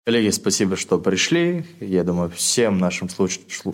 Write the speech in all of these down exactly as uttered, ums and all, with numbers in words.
Коллеги, спасибо, что пришли. Я думаю, всем нашим слушателям...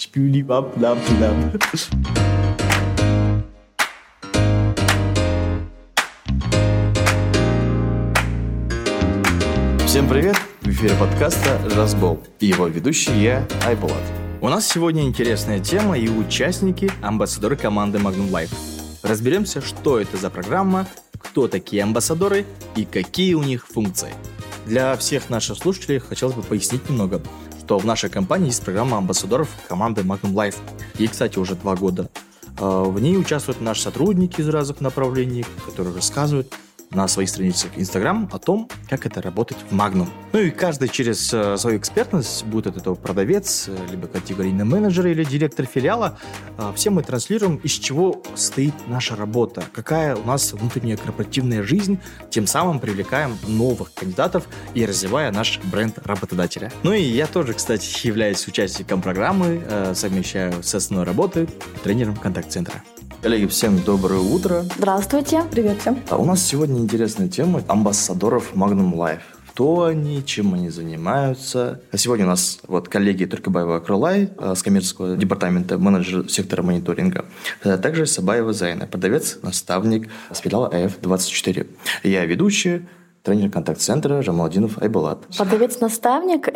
Всем привет! В эфире подкаста «Разбол» и его ведущий я, Айбулат. У нас сегодня интересная тема и участники, амбассадоры команды Magnum Life. Разберемся, что это за программа, кто такие амбассадоры и какие у них функции. Для всех наших слушателей хотелось бы пояснить немного, что в нашей компании есть программа амбассадоров команды Magnum Life. Ей, кстати, уже два года. В ней участвуют наши сотрудники из разных направлений, которые рассказывают на своих страницах Instagram о том, как это работать в Magnum. Ну и каждый через э, свою экспертность, будь это продавец, либо категорийный менеджер или директор филиала, э, все мы транслируем, из чего стоит наша работа, какая у нас внутренняя корпоративная жизнь, тем самым привлекаем новых кандидатов и развивая наш бренд работодателя. Ну и я тоже, кстати, являюсь участником программы, э, совмещаю с основной работой тренером контакт-центра. Коллеги, всем доброе утро. Здравствуйте. Привет всем. А у нас сегодня интересная тема амбассадоров Magnum Life. Кто они, чем они занимаются. А сегодня у нас вот коллеги Туркибаева Крылай с коммерческого департамента, менеджер сектора мониторинга. Также Сабаева Зайна, продавец, наставник с филиала эй эф двадцать четыре. Я ведущий, тренер контакт-центра Жамаладинов Айбулат. Продавец-наставник —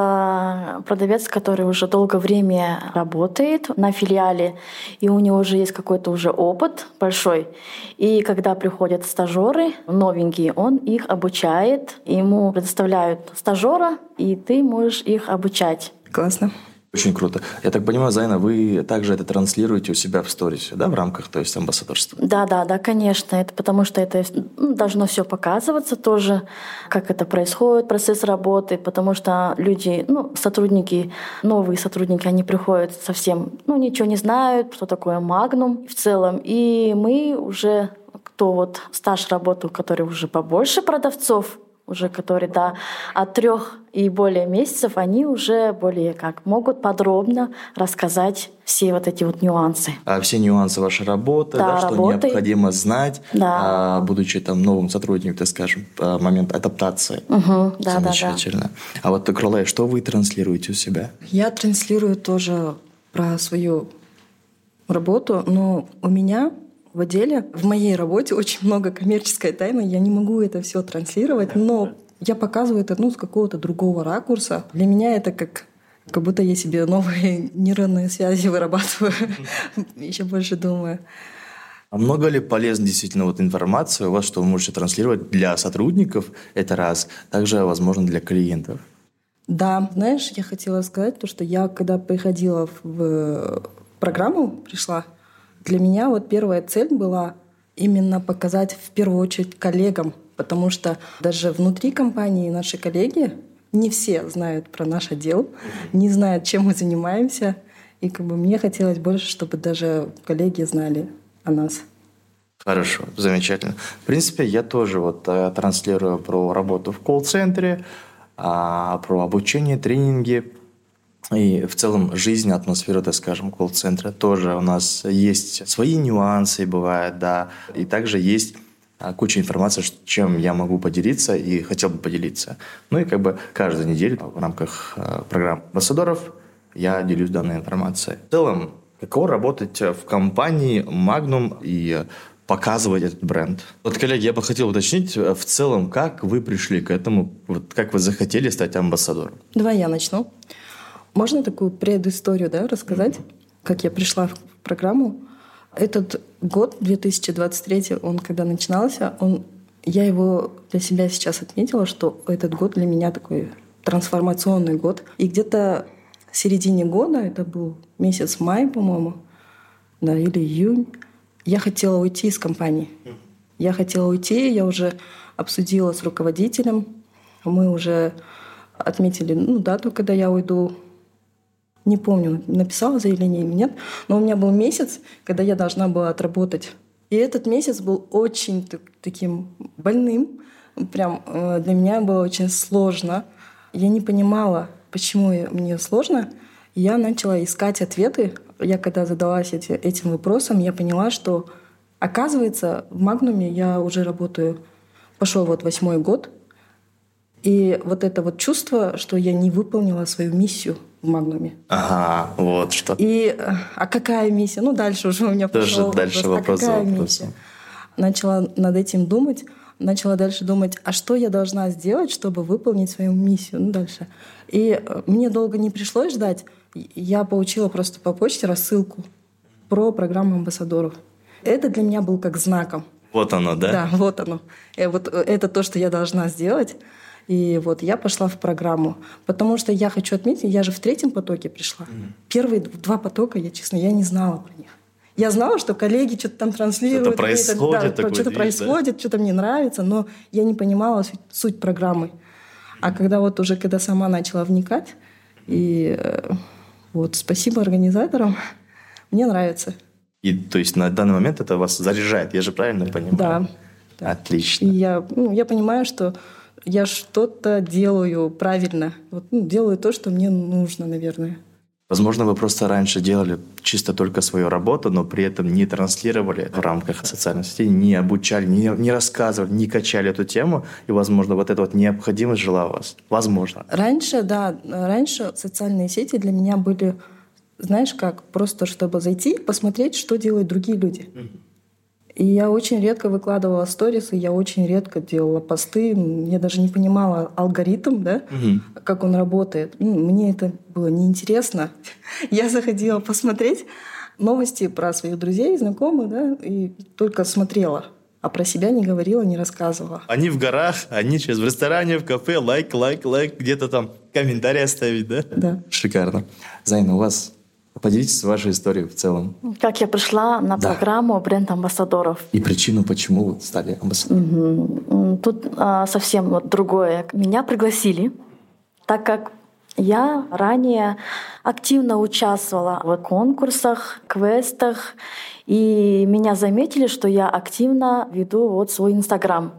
это продавец, который уже долгое время работает на филиале, и у него уже есть какой-то уже опыт большой. И когда приходят стажеры новенькие, он их обучает, ему предоставляют стажера, и ты можешь их обучать. Классно. Очень круто. Я так понимаю, Зайна, вы также это транслируете у себя в сторисе, да, в рамках, то есть, амбассадорства? Да, да, да, конечно. Это потому что это должно все показываться тоже, как это происходит, процесс работы, потому что люди, ну, сотрудники, новые сотрудники, они приходят совсем, ну, ничего не знают, что такое Magnum в целом. И мы уже, кто вот стаж работал, который уже побольше продавцов, уже которые, да, от трех и более месяцев, они уже более как могут подробно рассказать все вот эти вот нюансы. А все нюансы вашей работы, да, да, что работы. необходимо знать, да. а, будучи там новым сотрудником, так скажем, момент адаптации. Угу, да, замечательно. Да, да. А вот, Крылай, что вы транслируете у себя? Я транслирую тоже про свою работу, но у меня в отделе, в моей работе очень много коммерческой тайны. Я не могу это все транслировать, но я показываю это ну, с какого-то другого ракурса. Для меня это как, как будто я себе новые нейронные связи вырабатываю. Еще больше думаю. А много ли полезной действительно вот информации у вас, что вы можете транслировать для сотрудников? Это раз. Также, возможно, для клиентов. Да, знаешь, я хотела сказать то, что я, когда приходила в программу, пришла, для меня вот первая цель была именно показать в первую очередь коллегам, потому что даже внутри компании наши коллеги не все знают про наш отдел, не знают, чем мы занимаемся. И как бы мне хотелось больше, чтобы даже коллеги знали о нас. Хорошо, замечательно. В принципе, я тоже вот транслирую про работу в колл-центре, про обучение, тренинги. И в целом жизнь, атмосфера, так скажем, колл-центра тоже у нас есть свои нюансы, бывает, да. И также есть куча информации, чем я могу поделиться и хотел бы поделиться. Ну и как бы каждую неделю в рамках программы амбассадоров я делюсь данной информацией. В целом, каково работать в компании Magnum и показывать этот бренд? Вот, коллеги, я бы хотел уточнить в целом, как вы пришли к этому, вот как вы захотели стать амбассадором? Давай я начну. Можно такую предысторию, да, рассказать, mm-hmm. как я пришла в программу? Этот год, две тысячи двадцать третий, он когда начинался, он, я его для себя сейчас отметила, что этот год для меня такой трансформационный год. И где-то в середине года, это был месяц май, по-моему, да, или июнь, я хотела уйти из компании. Mm-hmm. Я хотела уйти, я уже обсудила с руководителем, мы уже отметили ну, дату, когда я уйду. Не помню, написала заявление или нет, но у меня был месяц, когда я должна была отработать. И этот месяц был очень таким больным. Прям для меня было очень сложно. Я не понимала, почему мне сложно. Я начала искать ответы. Я когда задалась эти, этим вопросом, я поняла, что, оказывается, в Магнуме я уже работаю, пошел вот восьмой год. И вот это вот чувство, что я не выполнила свою миссию в Магнуме. Ага, вот что. И а какая миссия? Ну, дальше уже у меня Тоже пошел дальше вопрос. вопрос. А какая вопрос. миссия? Начала над этим думать, начала дальше думать, а что я должна сделать, чтобы выполнить свою миссию? Ну, дальше. И мне долго не пришлось ждать. Я получила просто по почте рассылку про программу амбассадоров. Это для меня был как знаком. Вот оно, да? Да, вот оно. И вот это то, что я должна сделать. И вот я пошла в программу. Потому что я хочу отметить, я же в третьем потоке пришла. Mm. Первые два потока, я, честно, я не знала про них. Я знала, что коллеги что-то там транслируют. Что-то происходит. Да, что-то происходит, да? Что-то мне нравится, но я не понимала суть, суть программы. А когда вот уже, когда сама начала вникать, и вот спасибо организаторам, мне нравится. И то есть на данный момент это вас заряжает, я же правильно понимаю? Да. да. Отлично. И я, ну, я понимаю, что я что-то делаю правильно. Вот, ну, делаю то, что мне нужно, наверное. Возможно, вы просто раньше делали чисто только свою работу, но при этом не транслировали в рамках социальных сетей, не обучали, не, не рассказывали, не качали эту тему, и, возможно, вот эта вот необходимость жила у вас. Возможно. Раньше, да, раньше социальные сети для меня были, знаешь как, просто чтобы зайти, посмотреть, что делают другие люди. Mm-hmm. И я очень редко выкладывала сторисы, я очень редко делала посты. Я даже не понимала алгоритм, да, угу. как он работает. Мне это было неинтересно. Я заходила посмотреть новости про своих друзей, знакомых, да, и только смотрела. А про себя не говорила, не рассказывала. Они в горах, они сейчас в ресторане, в кафе, лайк, лайк, лайк, где-то там комментарии оставить, да? Да. Шикарно. Зайна, у вас... Поделитесь вашей историей в целом. Как я пришла на да. программу бренд-амбассадоров. И причину, почему вы стали амбассадором. Угу. Тут а, совсем вот другое. Меня пригласили, так как я ранее активно участвовала в конкурсах, квестах, и меня заметили, что я активно веду вот свой Инстаграм.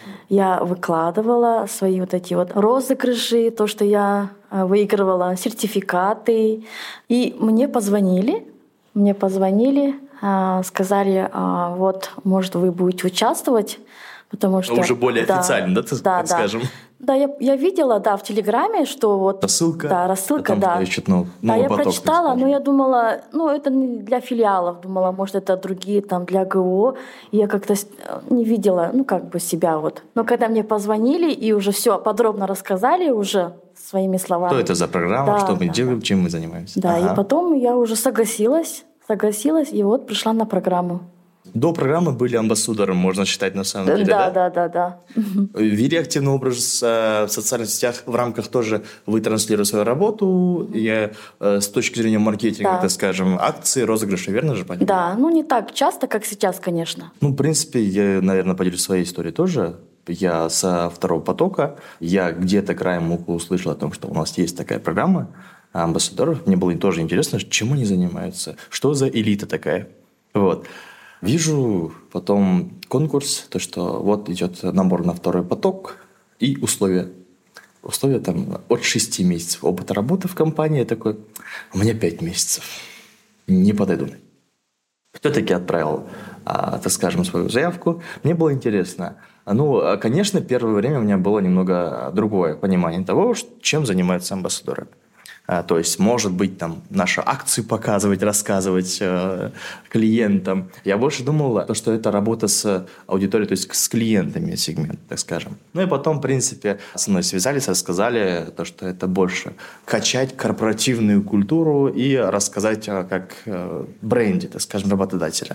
Я выкладывала свои вот эти вот розыгрыши, то, что я выигрывала, сертификаты. И мне позвонили, мне позвонили, сказали, вот, может, вы будете участвовать, потому что... Уже более да, официально, да, так да, скажем? Да, я, я видела, да, в Телеграме, что вот... Рассылка? Да, рассылка, а да. Ищут, ну, да, я поток, прочитала, но я думала, ну, это не для филиалов. Думала, может, это другие, там, для ГО. И я как-то не видела, ну, как бы себя вот. Но когда мне позвонили и уже все подробно рассказали уже своими словами. Что это за программа, да, что мы да, делаем, да. чем мы занимаемся? Да, ага. и потом я уже согласилась, согласилась, и вот пришла на программу. До программы были амбассадором, можно считать, на самом деле, да? Да, да, да, да. Вели активный образ в социальных сетях, в рамках тоже вы транслируете свою работу, и с точки зрения маркетинга, да. так скажем, акции, розыгрыши, верно же понимаю? Да, ну не так часто, как сейчас, конечно. Ну, в принципе, я, наверное, поделюсь своей историей тоже. Я со второго потока, я где-то краем уха услышал о том, что у нас есть такая программа амбассадоров. Мне было тоже интересно, чем они занимаются, что за элита такая. Вот. Вижу потом конкурс, то, что вот идет набор на второй поток и условия. Условия там от шести месяцев опыта работы в компании. Я такой, у меня пять месяцев, не подойду. Все-таки отправил, а, так скажем, свою заявку. Мне было интересно. Ну, конечно, первое время у меня было немного другое понимание того, чем занимаются амбассадоры. А, то есть, может быть, там наши акции показывать, рассказывать э, клиентам. Я больше думал, что это работа с аудиторией, то есть с клиентами сегмент, так скажем. Ну и потом, в принципе, со мной связались, рассказали, то, что это больше качать корпоративную культуру и рассказать как э, бренде, так скажем, работодателя.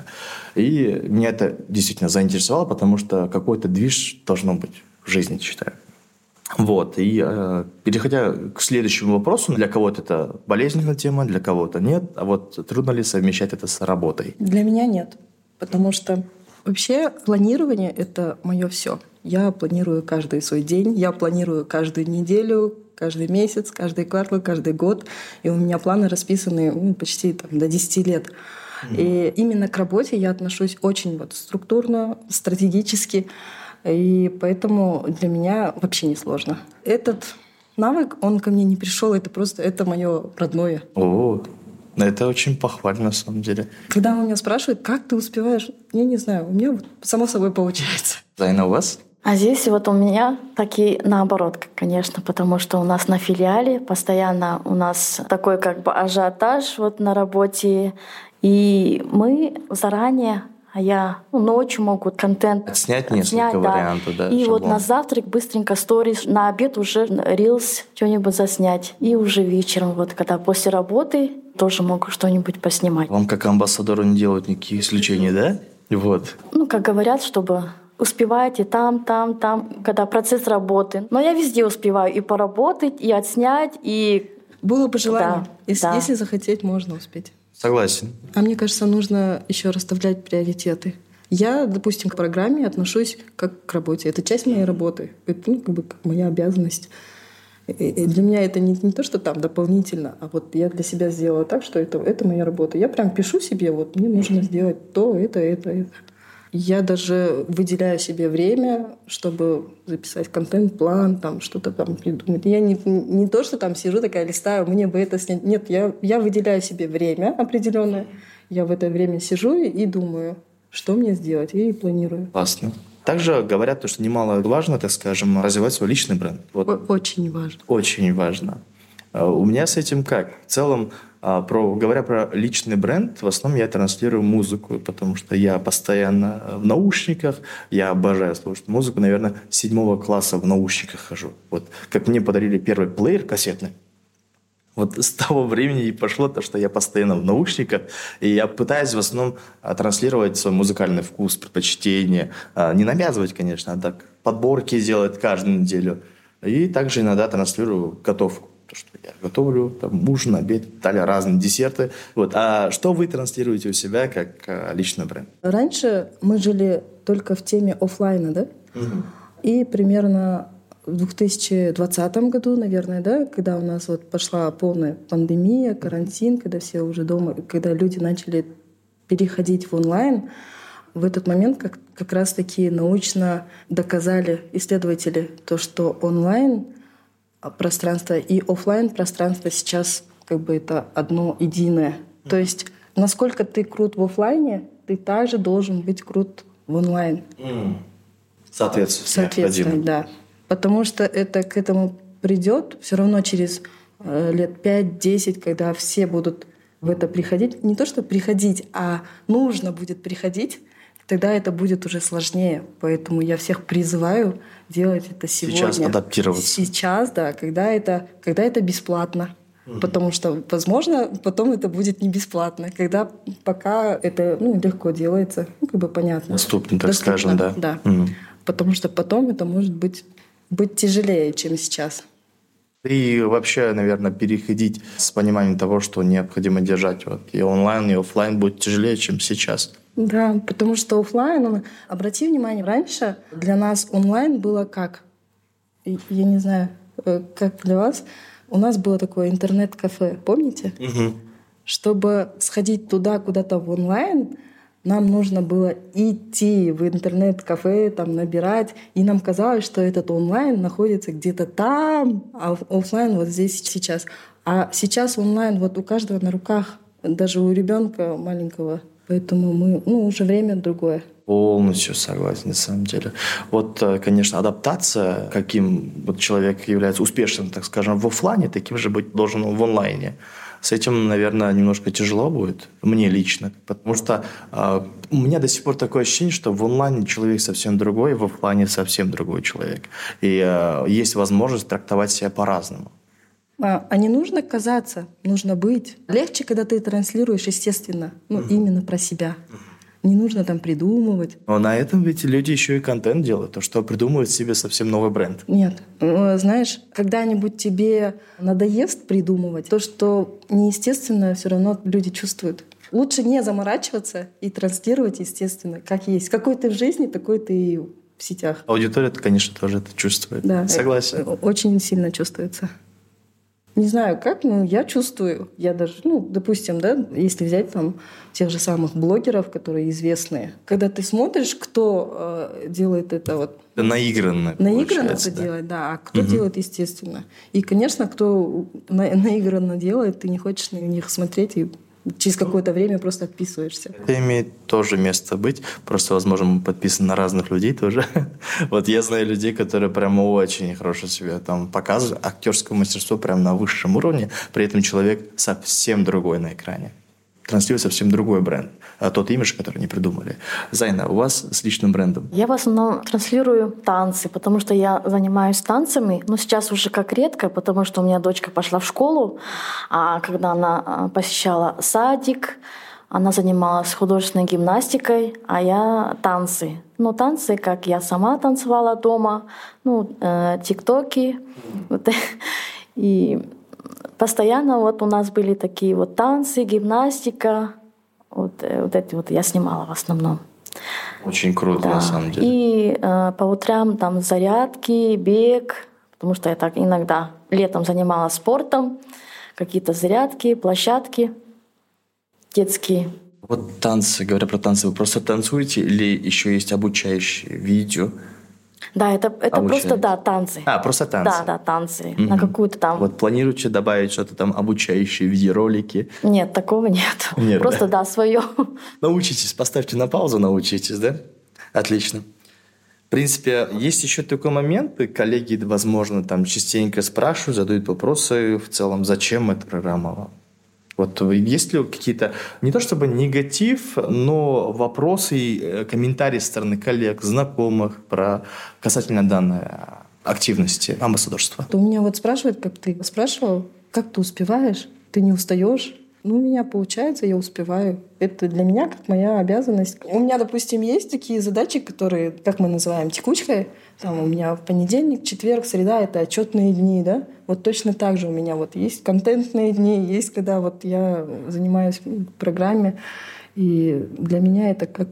И меня это действительно заинтересовало, потому что какой-то движ должно быть в жизни, считаю. Вот, и э, переходя к следующему вопросу, для кого-то это болезненная тема, для кого-то нет, а вот трудно ли совмещать это с работой? Для меня нет, потому что вообще планирование — это мое все. Я планирую каждый свой день, я планирую каждую неделю, каждый месяц, каждый квартал, каждый год, и у меня планы расписаны ну, почти там, до десяти лет. Mm-hmm. И именно к работе я отношусь очень вот, структурно, стратегически. И поэтому для меня вообще не сложно. Этот навык, он ко мне не пришел, это просто это мое родное. О, это очень похвально на самом деле. Когда у меня спрашивают, как ты успеваешь, я не знаю, у меня вот само собой получается. Зайна, у вас? А здесь вот у меня такие наоборот, конечно, потому что у нас на филиале постоянно у нас такой как бы ажиотаж вот на работе, и мы заранее, а я ну, ночью могу контент Отснять несколько снять, вариантов, да, и шаблон. вот на завтрак быстренько сторис, на обед уже рилс что-нибудь заснять, и уже вечером вот когда после работы тоже могу что-нибудь поснимать. Вам как амбассадору не делают никаких исключений, да? Вот. Ну, как говорят, чтобы успеваете там, там, там, когда процесс работы. Но я везде успеваю и поработать, и отснять, и... Было бы желание. Да, если, да. если захотеть, можно успеть. Согласен. А мне кажется, нужно еще расставлять приоритеты. Я, допустим, к программе отношусь как к работе. Это часть моей работы. Это ну, как бы как моя обязанность. И для меня это не, не то, что там дополнительно, а вот я для себя сделала так, что это, это моя работа. Я прям пишу себе, вот мне нужно сделать то, это, это, это. Я даже выделяю себе время, чтобы записать контент-план, там что-то там придумать. Я не, не то, что там сижу такая, листаю, мне бы это снять. Нет, я, я выделяю себе время определенное. Я в это время сижу и, и думаю, что мне сделать, и планирую. Классно. Также говорят, что немало важно, так скажем, развивать свой личный бренд. Вот. Очень важно. Очень важно. У меня с этим как? В целом, про, говоря про личный бренд, в основном я транслирую музыку, потому что я постоянно в наушниках, я обожаю слушать музыку, наверное, с седьмого класса в наушниках хожу. Вот как мне подарили первый плеер кассетный, вот с того времени и пошло то, что я постоянно в наушниках, и я пытаюсь в основном транслировать свой музыкальный вкус, предпочтение, не навязывать, конечно, а так подборки делать каждую неделю. И также иногда транслирую готовку. То, что я готовлю, там, ужин, обед, далее разные десерты. Вот. А что вы транслируете у себя как а, личный бренд? Раньше мы жили только в теме офлайна, да? Угу. И примерно в две тысячи двадцатом году, наверное, да, когда у нас вот пошла полная пандемия, карантин, когда все уже дома, когда люди начали переходить в онлайн, в этот момент как, как раз-таки научно доказали исследователи то, что онлайн пространство и офлайн пространство сейчас как бы это одно единое. Mm-hmm. То есть насколько ты крут в офлайне, ты также должен быть крут в онлайн. Mm. Соответственно, Соответственно, да. Потому что это к этому придет все равно через э, лет пять-десять, когда все будут в это приходить. Не то, что приходить, а нужно будет приходить. Тогда это будет уже сложнее. Поэтому я всех призываю делать это сегодня. Сейчас адаптироваться. Сейчас, да, когда это, когда это бесплатно. Mm-hmm. Потому что, возможно, потом это будет не бесплатно. Когда пока это ну, легко делается, ну, как бы понятно. Доступно, так Доступно, скажем, да. Да. Mm-hmm. Потому что потом это может быть, быть тяжелее, чем сейчас. И вообще, наверное, переходить с пониманием того, что необходимо держать вот, и онлайн, и офлайн будет тяжелее, чем сейчас. Да, потому что офлайн, он, обрати внимание, раньше для нас онлайн было как? Я не знаю, как для вас. У нас было такое интернет-кафе, помните? Угу. Чтобы сходить туда, куда-то в онлайн, нам нужно было идти в интернет-кафе, там набирать, и нам казалось, что этот онлайн находится где-то там, а офлайн вот здесь сейчас. А сейчас онлайн вот у каждого на руках, даже у ребенка маленького. Поэтому мы, ну, уже время другое. Полностью согласен, на самом деле. Вот, конечно, адаптация, каким вот человек является успешным, так скажем, в офлайне, таким же быть должен в онлайне. С этим, наверное, немножко тяжело будет, мне лично, потому что э, у меня до сих пор такое ощущение, что в онлайне человек совсем другой, в офлайне совсем другой человек. И э, есть возможность трактовать себя по-разному. А, а не нужно казаться, нужно быть. Легче, когда ты транслируешь, естественно, ну, mm-hmm. именно про себя. Не нужно там придумывать. Но на этом ведь люди еще и контент делают, то что придумывают себе совсем новый бренд. Нет. Знаешь, когда-нибудь тебе надоест придумывать, то, что неестественно, все равно люди чувствуют. Лучше не заморачиваться и транслировать естественно, как есть. Какой ты в жизни, такой ты и в сетях. Аудитория, конечно, тоже это чувствует. Да, согласен. Очень сильно чувствуется. Не знаю как, но я чувствую. Я даже, ну, допустим, да, если взять там тех же самых блогеров, которые известные. Когда ты смотришь, кто э, делает это вот... Это наигранно. Наигранно это да. делает, да. А кто угу. делает естественно. И, конечно, кто на, наигранно делает, ты не хочешь на них смотреть и через какое-то время просто отписываешься. Это имеет тоже место быть. Просто, возможно, мы подписаны на разных людей тоже. Вот я знаю людей, которые прямо очень хорошо себя там показывают. Актерское мастерство прямо на высшем уровне. При этом человек совсем другой на экране. Транслирует совсем другой бренд. А тот имидж, который они придумали. Зайна, у вас с личным брендом? Я в основном транслирую танцы, потому что я занимаюсь танцами, но сейчас уже как редко, потому что у меня дочка пошла в школу, а когда она посещала садик, она занималась художественной гимнастикой, а я танцы. Ну, танцы, как я сама танцевала дома, ну, э, тиктоки. Вот, и постоянно вот у нас были такие вот танцы, гимнастика. Вот, вот эти вот я снимала в основном. Очень круто, Да. на самом деле. И э, по утрам там зарядки, бег, потому что я так иногда летом занималась спортом, какие-то зарядки, площадки детские. Вот танцы, говоря про танцы, вы просто танцуете или еще есть обучающие видео? Да, это, это Обучаете? просто, да, танцы. А, просто танцы. Да, да, танцы. Мгм. На какую-то там... Вот планируете добавить что-то там обучающие видеоролики? Нет, такого нет. Нет, Просто, да, свое. Научитесь, поставьте на паузу, научитесь, да? Отлично. В принципе, есть еще такой момент, и коллеги, возможно, там частенько спрашивают, задают вопросы в целом, зачем эта программа вам? Вот есть ли какие-то, не то чтобы негатив, но вопросы и комментарии со стороны коллег, знакомых про касательно данной активности амбассадорства? У меня вот спрашивают, как ты спрашивал, как ты успеваешь? Ты не устаешь? Ну, у меня получается, я успеваю. Это для меня как моя обязанность. У меня, допустим, есть такие задачи, которые, как мы называем, текучкой. Там у меня понедельник, четверг, среда — это отчетные дни, да? Вот точно так же у меня вот есть контентные дни, есть, когда вот я занимаюсь в программе, и для меня это как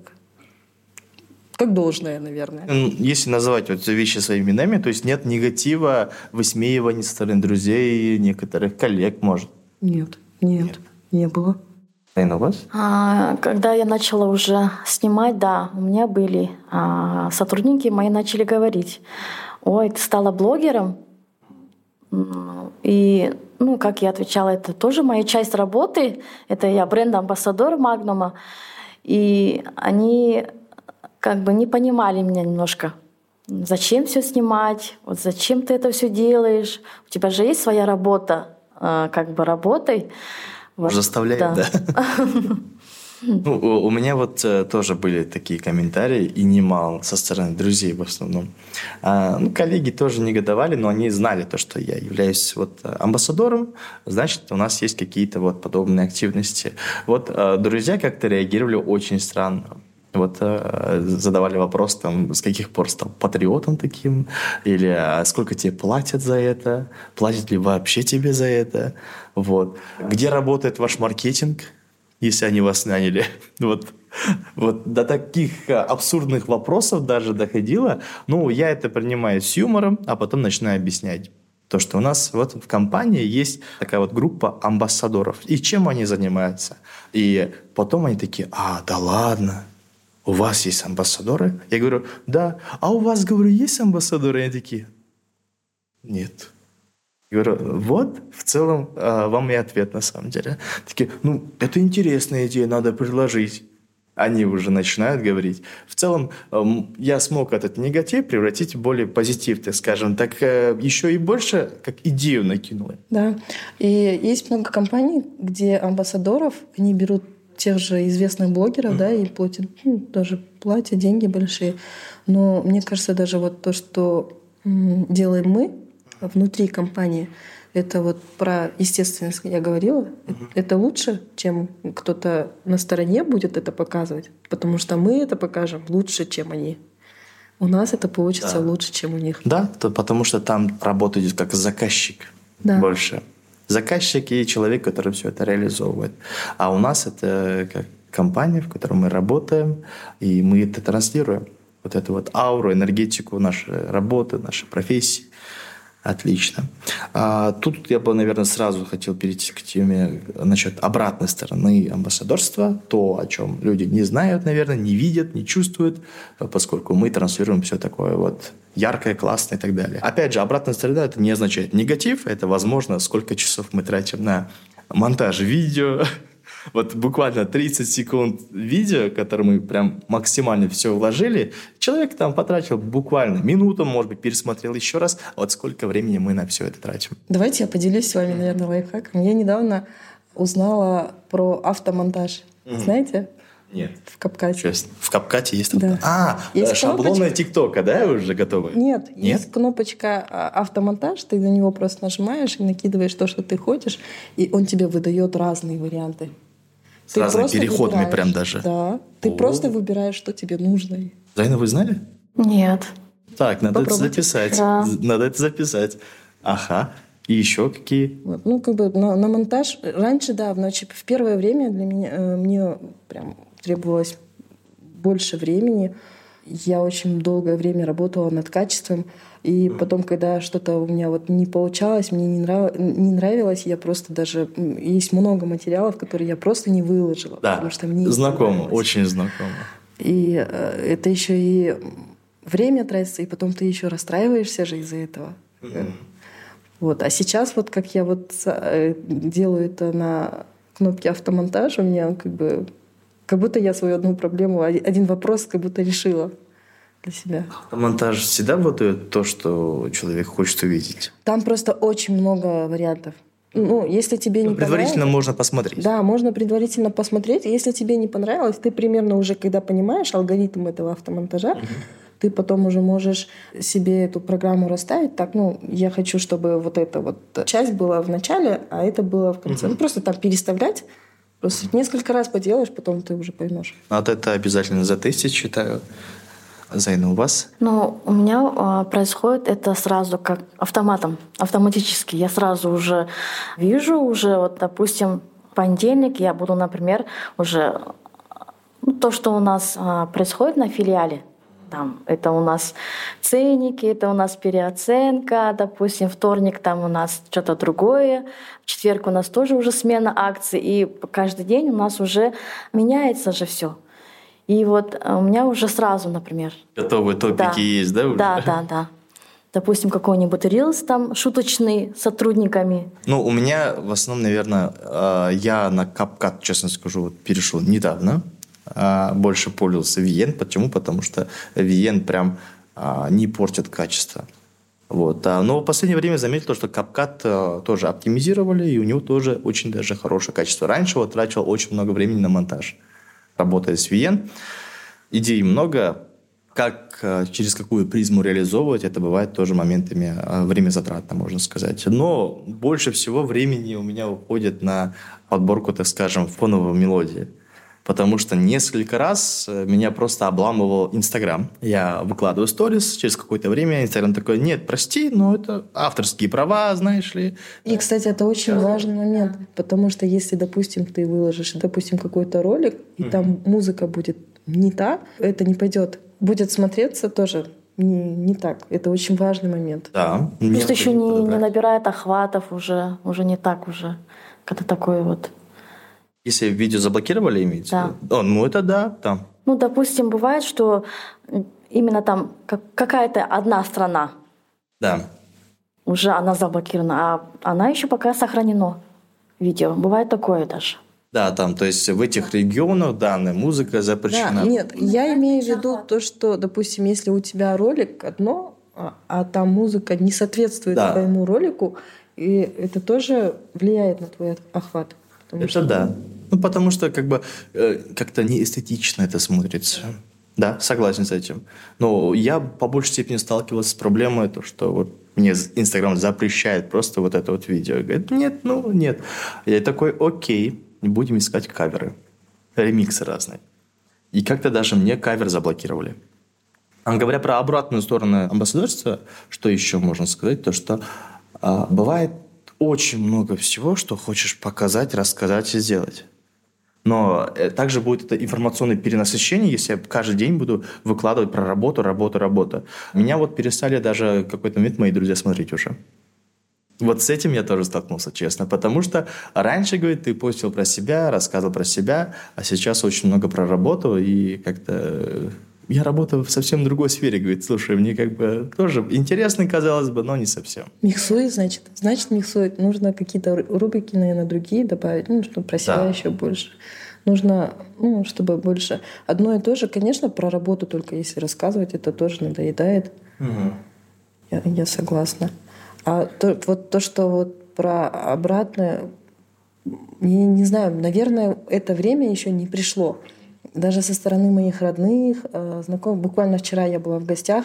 как должное, наверное. Если называть вот вещи своими именами, то есть нет негатива, высмеивания со стороны друзей, некоторых коллег, может? Нет, нет, нет. Не было. Зайна, у вас? А, когда я начала уже снимать, да, у меня были а, сотрудники мои начали говорить: ой, ты стала блогером? И, ну, как я отвечала, это тоже моя часть работы, это я бренд-амбассадор Магнума. И они как бы не понимали меня немножко. Зачем все снимать? Вот зачем ты это все делаешь? У тебя же есть своя работа, как бы работай. Вот, заставляет, да? да? Ну, у, у меня вот э, тоже были такие комментарии, и немало, со стороны друзей в основном. А, ну, коллеги тоже негодовали, но они знали то, что я являюсь вот амбассадором, значит, у нас есть какие-то вот подобные активности. Вот э, друзья как-то реагировали очень странно. Вот э, задавали вопрос, там, с каких пор стал патриотом таким, или а сколько тебе платят за это, платят ли вообще тебе за это, вот. Где работает ваш маркетинг, если они вас наняли? Вот, вот до таких абсурдных вопросов даже доходило. Ну, я это принимаю с юмором, а потом начинаю объяснять. То, что у нас вот в компании есть такая вот группа амбассадоров. И чем они занимаются? И потом они такие: а, да ладно, у вас есть амбассадоры? Я говорю: да. А у вас, говорю, есть амбассадоры? И они такие: нет. Я говорю: вот, в целом, вам и ответ на самом деле. Такие: ну, это интересная идея, надо предложить. Они уже начинают говорить. В целом, я смог этот негатив превратить в более позитив, так скажем. Так еще и больше как идею накинули. Да. И есть много компаний, где амбассадоров, они берут тех же известных блогеров, mm-hmm. да, и платят, ну, даже платят деньги большие. Но мне кажется, даже вот то, что делаем мы внутри компании, это вот про естественность я говорила, mm-hmm. это лучше, чем кто-то на стороне будет это показывать, потому что мы это покажем лучше, чем они. У нас это получится да. лучше, чем у них. Да, то, потому что там работает как заказчик да. больше. Заказчик и человек, который все это реализовывает. А у нас это как компания, в которой мы работаем, и мы это транслируем. Вот эту вот ауру, энергетику нашей работы, нашей профессии. Отлично. А тут я бы, наверное, сразу хотел перейти к теме насчет обратной стороны амбассадорства. То, о чем люди не знают, наверное, не видят, не чувствуют, поскольку мы транслируем все такое вот яркое, классное и так далее. Опять же, обратная сторона — это не означает негатив. Это, возможно, сколько часов мы тратим на монтаж видео, Вот буквально тридцать секунд видео, которое мы прям максимально все вложили, человек там потратил буквально минуту, может быть, пересмотрел еще раз. Вот сколько времени мы на все это тратим. Давайте я поделюсь с вами, наверное, лайфхаком. Я недавно узнала про автомонтаж. Mm. Знаете? Нет. В CapCut. Честно. В CapCut есть? Да. А, есть шаблоны кнопочка... ТикТока, да, уже готовы? Нет, Нет, есть кнопочка автомонтаж, ты на него просто нажимаешь и накидываешь то, что ты хочешь, и он тебе выдает разные варианты. С ты разными переходами выбираешь, прям даже? Да. Ты О-о-о. просто выбираешь, что тебе нужно. Зайна, вы знали? Нет. Так, надо Попробуйте. это записать. Да. Надо это записать. Ага. И еще какие? Вот. Ну, как бы на, на монтаж. Раньше, да, в, ночи, в первое время для меня э, мне прям требовалось больше времени. Я очень долгое время работала над качеством. И потом, когда что-то у меня вот не получалось, мне не, нрав... не нравилось, я просто даже... Есть много материалов, которые я просто не выложила. Да, потому что мне знакомо, очень знакомо. И э, это еще и время тратится, и потом ты еще расстраиваешься же из-за этого. Mm-hmm. Вот. А сейчас вот как я вот э, делаю это на кнопке автомонтаж, у меня как бы... Как будто я свою одну проблему, один вопрос как будто решила для себя. Монтаж всегда выдает то, что человек хочет увидеть? Там просто очень много вариантов. Ну, если тебе ну, не предварительно можно посмотреть. Да, можно предварительно посмотреть. Если тебе не понравилось, ты примерно уже, когда понимаешь алгоритм этого автомонтажа, угу. ты потом уже можешь себе эту программу расставить. Так, ну, я хочу, чтобы вот эта вот часть была в начале, а это было в конце. Угу. Ну, просто там переставлять. Просто несколько раз поделаешь, потом ты уже поймешь. Надо это обязательно затестить, считаю. Зайна, у вас? Ну, у меня а, происходит это сразу как автоматом, автоматически. Я сразу уже вижу, уже вот, допустим, в понедельник я буду, например, уже ну, то, что у нас а, происходит на филиале. Там, это у нас ценники, это у нас переоценка, допустим, вторник там у нас что-то другое, в четверг у нас тоже уже смена акций, и каждый день у нас уже меняется же все. И вот у меня уже сразу, например... Готовые топики да, есть, да, уже? Да, да, да. Допустим, какой-нибудь рилс там шуточный с сотрудниками. Ну, у меня в основном, наверное, я на CapCut, честно скажу, вот перешел недавно. Больше пользовался ви эн. Почему? Потому что ви эн прям не портит качество. Вот. Но в последнее время заметил, что CapCut тоже оптимизировали, и у него тоже очень даже хорошее качество. Раньше вот тратил очень много времени на монтаж, работая с ви эн. Идей много. Как, через какую призму реализовывать, это бывает тоже моментами время затратно, можно сказать. Но больше всего времени у меня уходит на подборку, так скажем, фоновой мелодии. Потому что несколько раз меня просто обламывал Инстаграм. Я выкладываю сторис, через какое-то время Инстаграм такой: нет, прости, но это авторские права, знаешь ли. И, кстати, это очень важный момент, потому что если, допустим, ты выложишь, допустим, какой-то ролик, и mm-hmm. там музыка будет не та, это не пойдет. Будет смотреться тоже не, не так. Это очень важный момент. Да. Просто еще не, не набирает охватов уже, уже не так уже, когда такой вот... Если видео заблокировали, имеете? Да. О, ну это да, там. Ну, допустим, бывает, что именно там какая-то одна страна. Да. Уже она заблокирована, а она еще пока сохранено видео. Бывает такое даже. Да, там, то есть в этих регионах данная музыка запрещена. Да, нет, я имею в виду то, что, допустим, если у тебя ролик одно, а, а там музыка не соответствует да. твоему ролику, и это тоже влияет на твой охват. Это что... да. Ну, потому что как бы э, как-то неэстетично это смотрится. Да, согласен с этим. Но я по большей степени сталкивался с проблемой, то, что вот мне Инстаграм запрещает просто вот это вот видео. Говорит, нет, ну нет. Я такой, окей, будем искать каверы. Ремиксы разные. И как-то даже мне кавер заблокировали. А говоря про обратную сторону амбассадорства, что еще можно сказать, то что э, бывает очень много всего, что хочешь показать, рассказать и сделать. Но также будет это информационное перенасыщение, если я каждый день буду выкладывать про работу, работу, работу. Меня вот перестали даже в какой-то момент мои друзья смотреть уже. Вот с этим я тоже столкнулся, честно. Потому что раньше, говорит, ты постил про себя, рассказывал про себя, а сейчас очень много про работу, и как-то я работаю в совсем другой сфере. Говорит, слушай, мне как бы тоже интересно, казалось бы, но не совсем. Миксует, значит. Значит, миксует. Нужно какие-то рубрики, наверное, другие добавить, ну, чтобы про себя Да. еще больше. Нужно, ну, чтобы больше. Одно и то же, конечно, про работу только если рассказывать, это тоже надоедает. Угу. Я, я согласна. А то, вот то, что вот про обратное, я не знаю, наверное, это время еще не пришло. Даже со стороны моих родных, знакомых. Буквально вчера я была в гостях,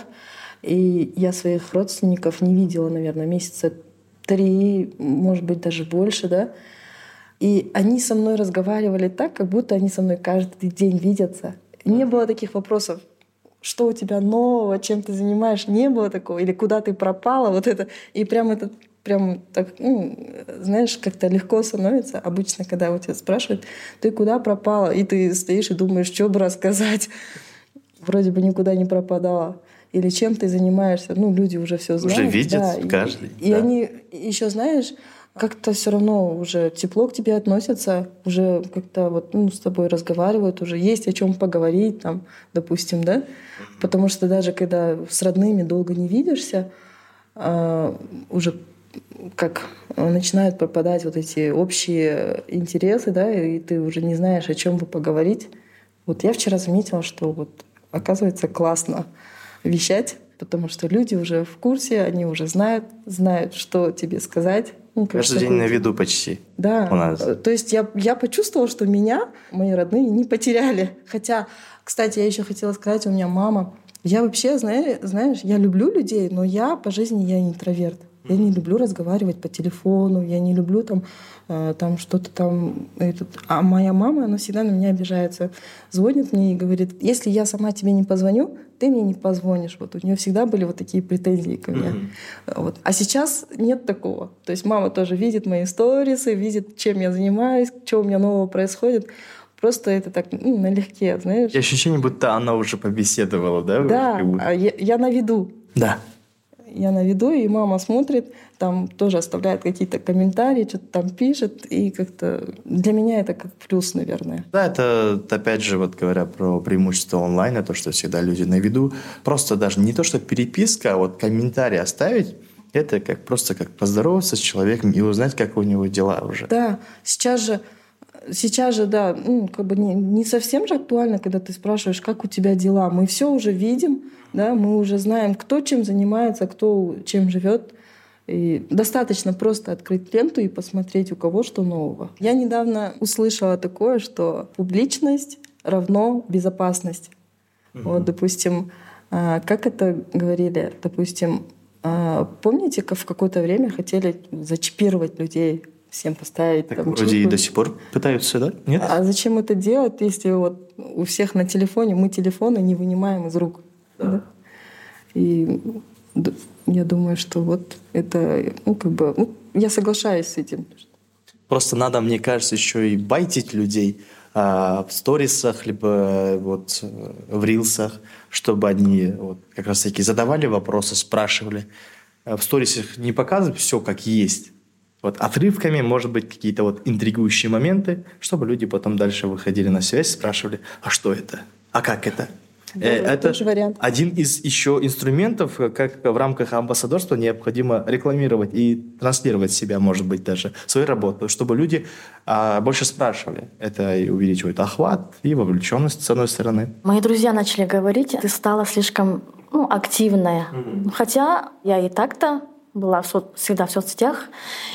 и я своих родственников не видела, наверное, месяца три, может быть, даже больше, да. И они со мной разговаривали так, как будто они со мной каждый день видятся. Не было таких вопросов, что у тебя нового, чем ты занимаешься, не было такого, или куда ты пропала, вот это. И прям это, прям так, ну, знаешь, как-то легко становится. Обычно, когда у тебя спрашивают, ты куда пропала, и ты стоишь и думаешь, что бы рассказать. Вроде бы никуда не пропадала. Или чем ты занимаешься. Ну, люди уже все знают. Уже видят да. каждый. И, да. и они еще, знаешь, как-то все равно уже тепло к тебе относятся, уже как-то вот, ну, с тобой разговаривают, уже есть о чем поговорить, там, допустим, да? Потому что даже когда с родными долго не видишься, а, уже как начинают пропадать вот эти общие интересы, да, и ты уже не знаешь, о чем бы поговорить. Вот я вчера заметила, что вот оказывается классно вещать, потому что люди уже в курсе, они уже знают, знают, что тебе сказать. Ну, каждый день на виду почти. Да. У нас. То есть я, я почувствовала, что меня мои родные не потеряли. Хотя, кстати, я еще хотела сказать, у меня мама. Я вообще, знаешь, знаешь, я люблю людей, но я по жизни я интроверт. Я не люблю разговаривать по телефону, я не люблю там, э, там что-то там. Этот. А моя мама, она всегда на меня обижается. Звонит мне и говорит, если я сама тебе не позвоню, ты мне не позвонишь. Вот у нее всегда были вот такие претензии ко мне. Mm-hmm. Вот. А сейчас нет такого. То есть мама тоже видит мои сторисы, видит, чем я занимаюсь, что у меня нового происходит. Просто это так, ну, налегке, знаешь. И ощущение, будто она уже побеседовала, да? Да, а я, я на виду. Да. Я на виду, и мама смотрит, там тоже оставляет какие-то комментарии, что-то там пишет, и как-то для меня это как плюс, наверное. Да, это опять же, вот говоря про преимущество онлайна, то, что всегда люди на виду, просто даже не то, что переписка, а вот комментарий оставить, это как просто как поздороваться с человеком и узнать, как у него дела уже. Да, сейчас же Сейчас же, да, ну, как бы не, не совсем же актуально, когда ты спрашиваешь, как у тебя дела. Мы все уже видим, да, мы уже знаем, кто чем занимается, кто чем живет. И достаточно просто открыть ленту и посмотреть, у кого что нового. Я недавно услышала такое, что публичность равно безопасность. Mm-hmm. Вот, допустим, как это говорили, допустим, помните, как в какое-то время хотели зачипировать людей, всем поставить. Так там, вроде чипы. И до сих пор пытаются, да? Нет? А зачем это делать, если вот у всех на телефоне, мы телефоны не вынимаем из рук? Да. Да? И я думаю, что вот это, ну, как бы, ну, я соглашаюсь с этим. Просто надо, мне кажется, еще и байтить людей а, в сторисах, либо вот в рилсах, чтобы они вот, как раз таки задавали вопросы, спрашивали. В сторисах не показывать все как есть. Вот отрывками, может быть, какие-то вот интригующие моменты, чтобы люди потом дальше выходили на связь, спрашивали, а что это? А как это? Да, это вариант. Один из еще инструментов, как в рамках амбассадорства необходимо рекламировать и транслировать себя, может быть, даже свою работу, чтобы люди а, больше спрашивали. Это и увеличивает охват и вовлеченность, с одной стороны. Мои друзья начали говорить, ты стала слишком ну, активная. Mm-hmm. Хотя я и так-то была в со... всегда в соцсетях,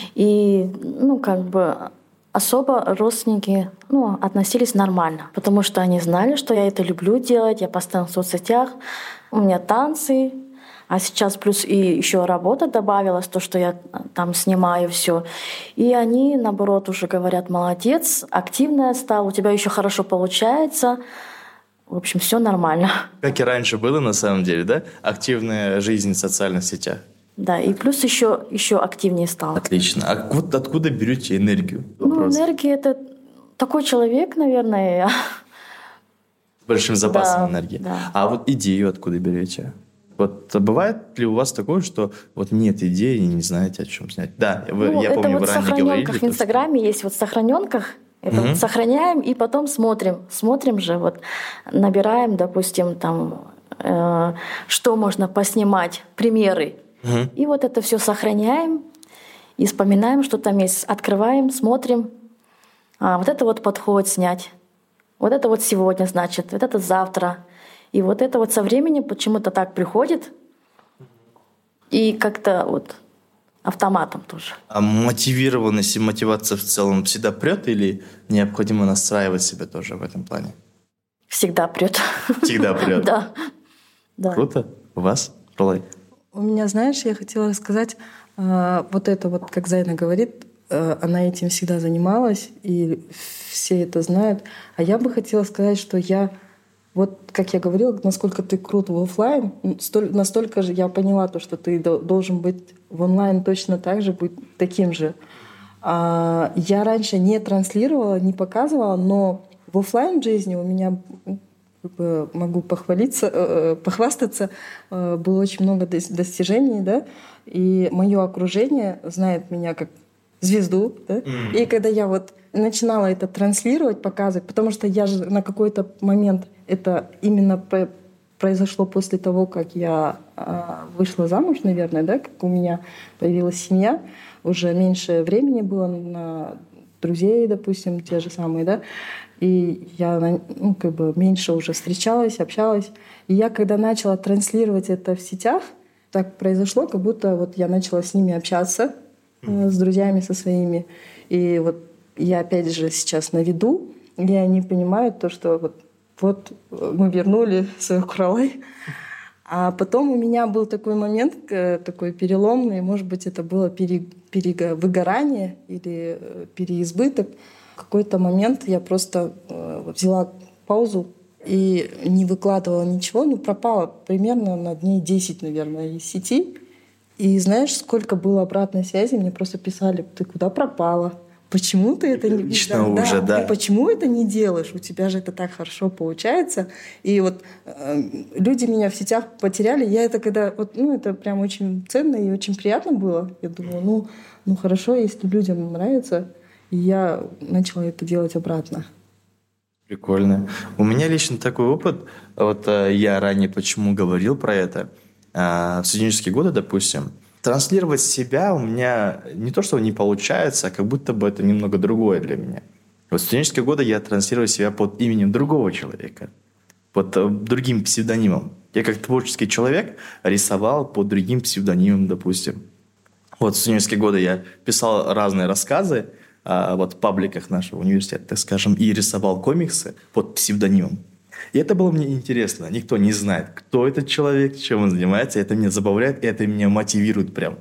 и ну, как бы особо родственники ну, относились нормально, потому что они знали, что я это люблю делать, я постоянно в соцсетях, у меня танцы, а сейчас плюс и еще работа добавилась, то, что я там снимаю все. И они, наоборот, уже говорят, молодец, активная стала, у тебя еще хорошо получается. В общем, все нормально. Как и раньше было, на самом деле, да? Активная жизнь в социальных сетях. Да, и плюс еще, еще активнее стал. Отлично. А вот откуда берете энергию? Вопрос. Ну, энергия — это такой человек, наверное. С большим запасом да, энергии. Да. А вот идею откуда берете? Вот бывает ли у вас такое, что вот нет идеи и не знаете, о чем снять? Да, вы, ну, я помню, вот вы ранее говорили. Это вот в сохраненках в Инстаграме что... есть, вот в сохраненках Это Мгм. вот сохраняем и потом смотрим. Смотрим же, вот набираем, допустим, там, э, что можно поснимать, примеры. Мгм. И вот это все сохраняем и вспоминаем, что там есть. Открываем, смотрим. А, вот это вот подходит снять. Вот это вот сегодня, значит, вот это завтра. И вот это вот со временем почему-то так приходит. И как-то вот автоматом тоже. А мотивированность и мотивация в целом всегда прет или необходимо настраивать себя тоже в этом плане? Всегда прет. Всегда прет. Да. Да. Круто. У вас, Ролай? У меня, знаешь, я хотела рассказать, э, вот это вот, как Зайна говорит, э, она этим всегда занималась, и все это знают. А я бы хотела сказать, что я, вот как я говорила, насколько ты крут в офлайн, столь, настолько же я поняла то, что ты до- должен быть в онлайн точно так же, быть таким же. А, я раньше не транслировала, не показывала, но в офлайн жизни у меня, ну, как бы могу похвалиться, э, похвастаться, э, было очень много дос- достижений, да, и мое окружение знает меня как звезду, да, Мгм. и когда я вот начинала это транслировать, показывать, потому что я же на какой-то момент это именно про- произошло после того, как я а, вышла замуж, наверное, да, как у меня появилась семья, уже меньше времени было на друзей, допустим, те же самые, да, и я, на- ну, как бы меньше уже встречалась, общалась. И я, когда начала транслировать это в сетях, так произошло, как будто вот я начала с ними общаться, э, с друзьями со своими. И вот я опять же сейчас на виду, и они понимают то, что вот, вот э, мы вернули свою Куралай. А потом у меня был такой момент, э, такой переломный, может быть, это было пере, перего- выгорание или э, переизбыток. В какой-то момент я просто э, взяла паузу и не выкладывала ничего, ну, пропала примерно на дней десять, наверное, из сети. И знаешь, сколько было обратной связи, мне просто писали: ты куда пропала? Почему ты это не Лично уже, да. Ты почему это не делаешь? У тебя же это так хорошо получается. И вот э, люди меня в сетях потеряли. Я это когда вот, ну, это прям очень ценно и очень приятно было. Я думаю, ну, ну хорошо, если людям нравится. И я начала это делать обратно. Прикольно. У меня лично такой опыт. Вот э, я ранее почему говорил про это. Э, в студенческие годы, допустим, транслировать себя у меня не то, что не получается, а как будто бы это немного другое для меня. Вот в студенческие годы я транслировал себя под именем другого человека, под э, другим псевдонимом. Я как творческий человек рисовал под другим псевдонимом, допустим. Вот в студенческие годы я писал разные рассказы а, вот в пабликах нашего университета, так скажем, и рисовал комиксы под псевдонимом. И это было мне интересно. Никто не знает, кто этот человек, чем он занимается. Это меня забавляет, и это меня мотивирует прям.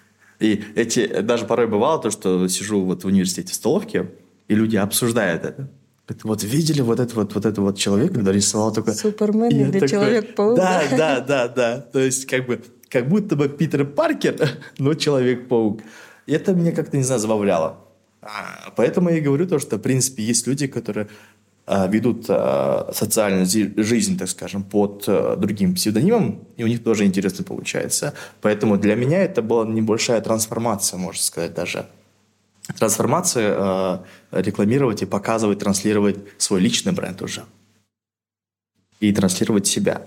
И эти, даже порой бывало то, что сижу вот в университете в столовке, и люди обсуждают это. Говорят, вот видели вот этот вот, вот, этот вот человек, когда рисовал такой... Супермен И я или такой, Человек-паук. Да, да, да, да. То есть как бы как будто бы Питер Паркер, но Человек-паук. И это меня как-то, не знаю, забавляло. А, Поэтому я и говорю то, что, в принципе, есть люди, которые а, ведут а, социальную зи- жизнь, так скажем, под а, другим псевдонимом, и у них тоже интересно получается. Поэтому для меня это была небольшая трансформация, можно сказать, даже. Трансформация а, рекламировать и показывать, транслировать свой личный бренд уже. И транслировать себя.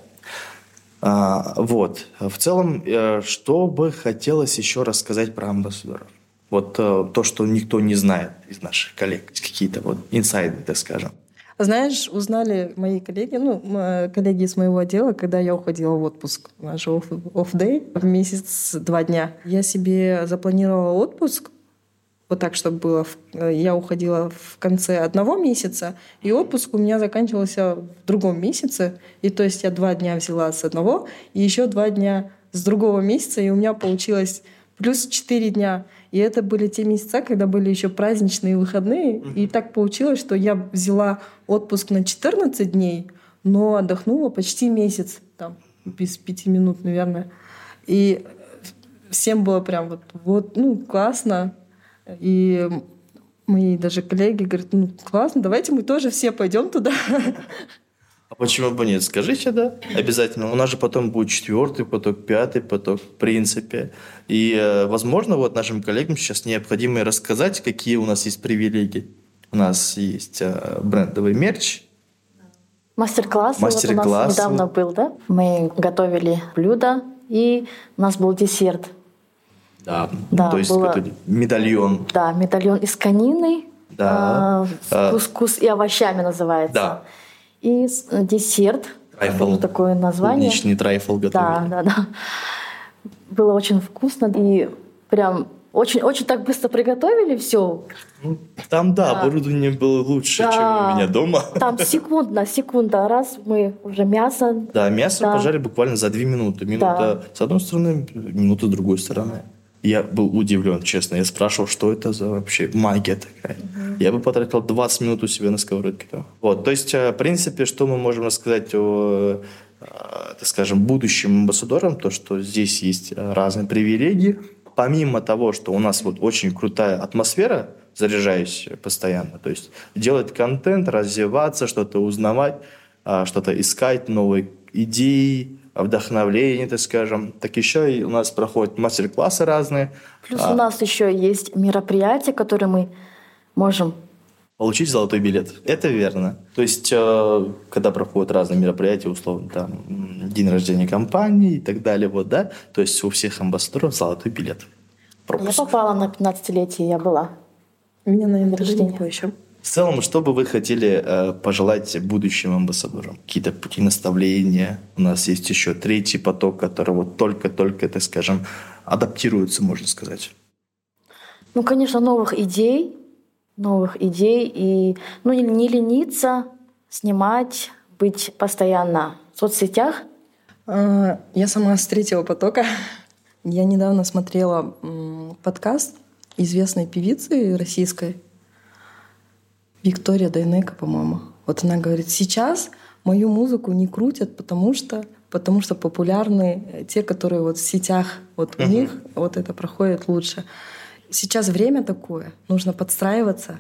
А, вот. В целом, э, что бы хотелось еще рассказать про амбассадоров? Вот э, то, что никто не знает из наших коллег, какие-то вот инсайды, так скажем. Знаешь, узнали мои коллеги, ну, м- коллеги из моего отдела, когда я уходила в отпуск, наш офф-дэй, в месяц два дня. Я себе запланировала отпуск, вот так, чтобы было. в- Я уходила в конце одного месяца, и отпуск у меня заканчивался в другом месяце. И то есть я два дня взяла с одного, и еще два дня с другого месяца, и у меня получилось плюс четыре дня. И это были те месяца, когда были еще праздничные выходные. И так получилось, что я взяла отпуск на четырнадцать дней, но отдохнула почти месяц, там, без пяти минут, наверное. И всем было прям вот, вот ну, классно. И мои даже коллеги говорят, ну, классно, давайте мы тоже все пойдем туда. А почему бы нет? Скажите, да, обязательно. У нас же потом будет четвертый поток, пятый поток, в принципе. И, э, возможно, вот нашим коллегам сейчас необходимо рассказать, какие у нас есть привилегии. У нас есть э, брендовый мерч. Мастер-класс. Мастер-класс. Вот у нас недавно был, да? Мы готовили блюдо, и у нас был десерт. Да, Да, то есть было... какой-то медальон. Да, медальон из конины. Да. А, кускус и овощами называется. Да. И десерт. Трайфл. Тоже такое название. Клубничный трайфл готовили. Да, да, да. Было очень вкусно. И прям очень, очень так быстро приготовили все. Ну, там, да, Да. оборудование было лучше, Да. чем у меня дома. Там секундно, секунда. Раз мы уже мясо. Да, мясо Да. пожарили буквально за две минуты. Минута Да. с одной стороны, минута с другой стороны. Я был удивлен, честно. Я спрашивал, что это за вообще магия такая. Угу. Я бы потратил двадцать минут у себя на сковородке. Там. Вот, то есть, в принципе, что мы можем рассказать о, так скажем, будущим амбассадорам, то, что здесь есть разные привилегии. Помимо того, что у нас вот очень крутая атмосфера, заряжающая постоянно, то есть делать контент, развиваться, что-то узнавать, что-то искать, новые идеи, вдохновление, так скажем. Так еще и у нас проходят мастер-классы разные. Плюс а, у нас еще есть мероприятия, которые мы можем... Получить золотой билет. Это верно. То есть, э, когда проходят разные мероприятия, условно, там, день рождения компании и так далее, вот, да, то есть у всех амбассадоров золотой билет. Пропуск. Я попала на пятнадцатилетие, я была. Меня, наверное, Рождение. не еще. В целом, что бы вы хотели э, пожелать будущим амбассадорам? Какие-то пути наставления? У нас есть еще третий поток, который вот только-только, так скажем, адаптируется, можно сказать. Ну, конечно, новых идей, новых идей. И ну, не, не лениться, снимать, быть постоянно в соцсетях. А, Я сама с третьего потока. Я недавно смотрела м, подкаст известной певицы российской, Виктория Дайнеко, по-моему. Вот она говорит, сейчас мою музыку не крутят, потому что, потому что популярны те, которые вот в сетях, вот у Uh-huh. них вот это проходит лучше. Сейчас время такое, нужно подстраиваться.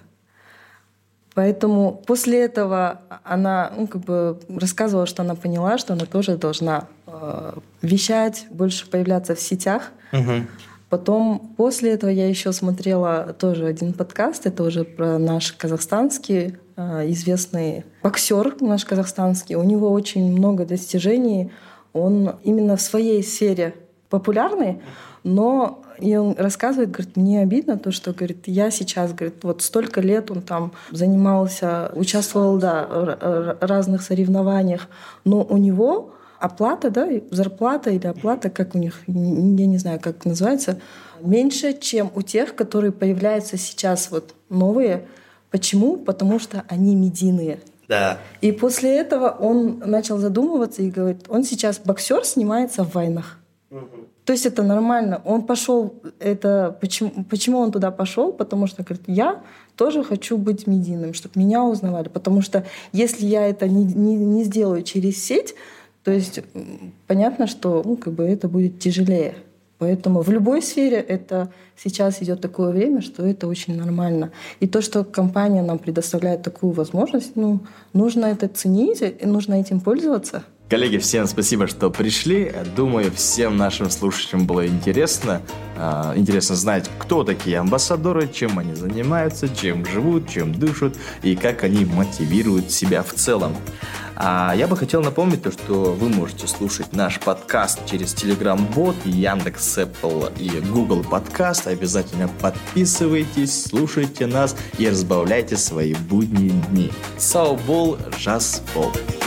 Поэтому после этого она ну, как бы рассказывала, что она поняла, что она тоже должна э, вещать, больше появляться в сетях. Угу. Потом после этого я еще смотрела тоже один подкаст, это уже про наш казахстанский э, известный боксер наш казахстанский. У него очень много достижений, он именно в своей сфере популярный, но и он рассказывает, говорит, мне обидно то, что, говорит, я сейчас, говорит, вот столько лет он там занимался, участвовал, да, в разных соревнованиях, но у него оплата, да, зарплата или оплата, как у них, я не знаю, как называется, меньше, чем у тех, которые появляются сейчас вот новые. Почему? Потому что они медийные. Да. И после этого он начал задумываться и говорит, он сейчас боксер, снимается в войнах. То есть это нормально. Он пошел, это почему, почему он туда пошел? Потому что говорит, я тоже хочу быть медийным, чтобы меня узнавали. Потому что если я это не, не, не сделаю через сеть, то есть понятно, что ну, как бы это будет тяжелее. Поэтому в любой сфере это сейчас идет такое время, что это очень нормально. И то, что компания нам предоставляет такую возможность, ну, нужно это ценить и нужно этим пользоваться. Коллеги, всем спасибо, что пришли. Думаю, всем нашим слушателям было интересно. Э, интересно знать, кто такие амбассадоры, чем они занимаются, чем живут, чем дышат и как они мотивируют себя в целом. А я бы хотел напомнить то, что вы можете слушать наш подкаст через Telegram-бот, Яндекс, Apple и Google подкаст. Обязательно подписывайтесь, слушайте нас и разбавляйте свои будние дни. Сау бол, жас бол.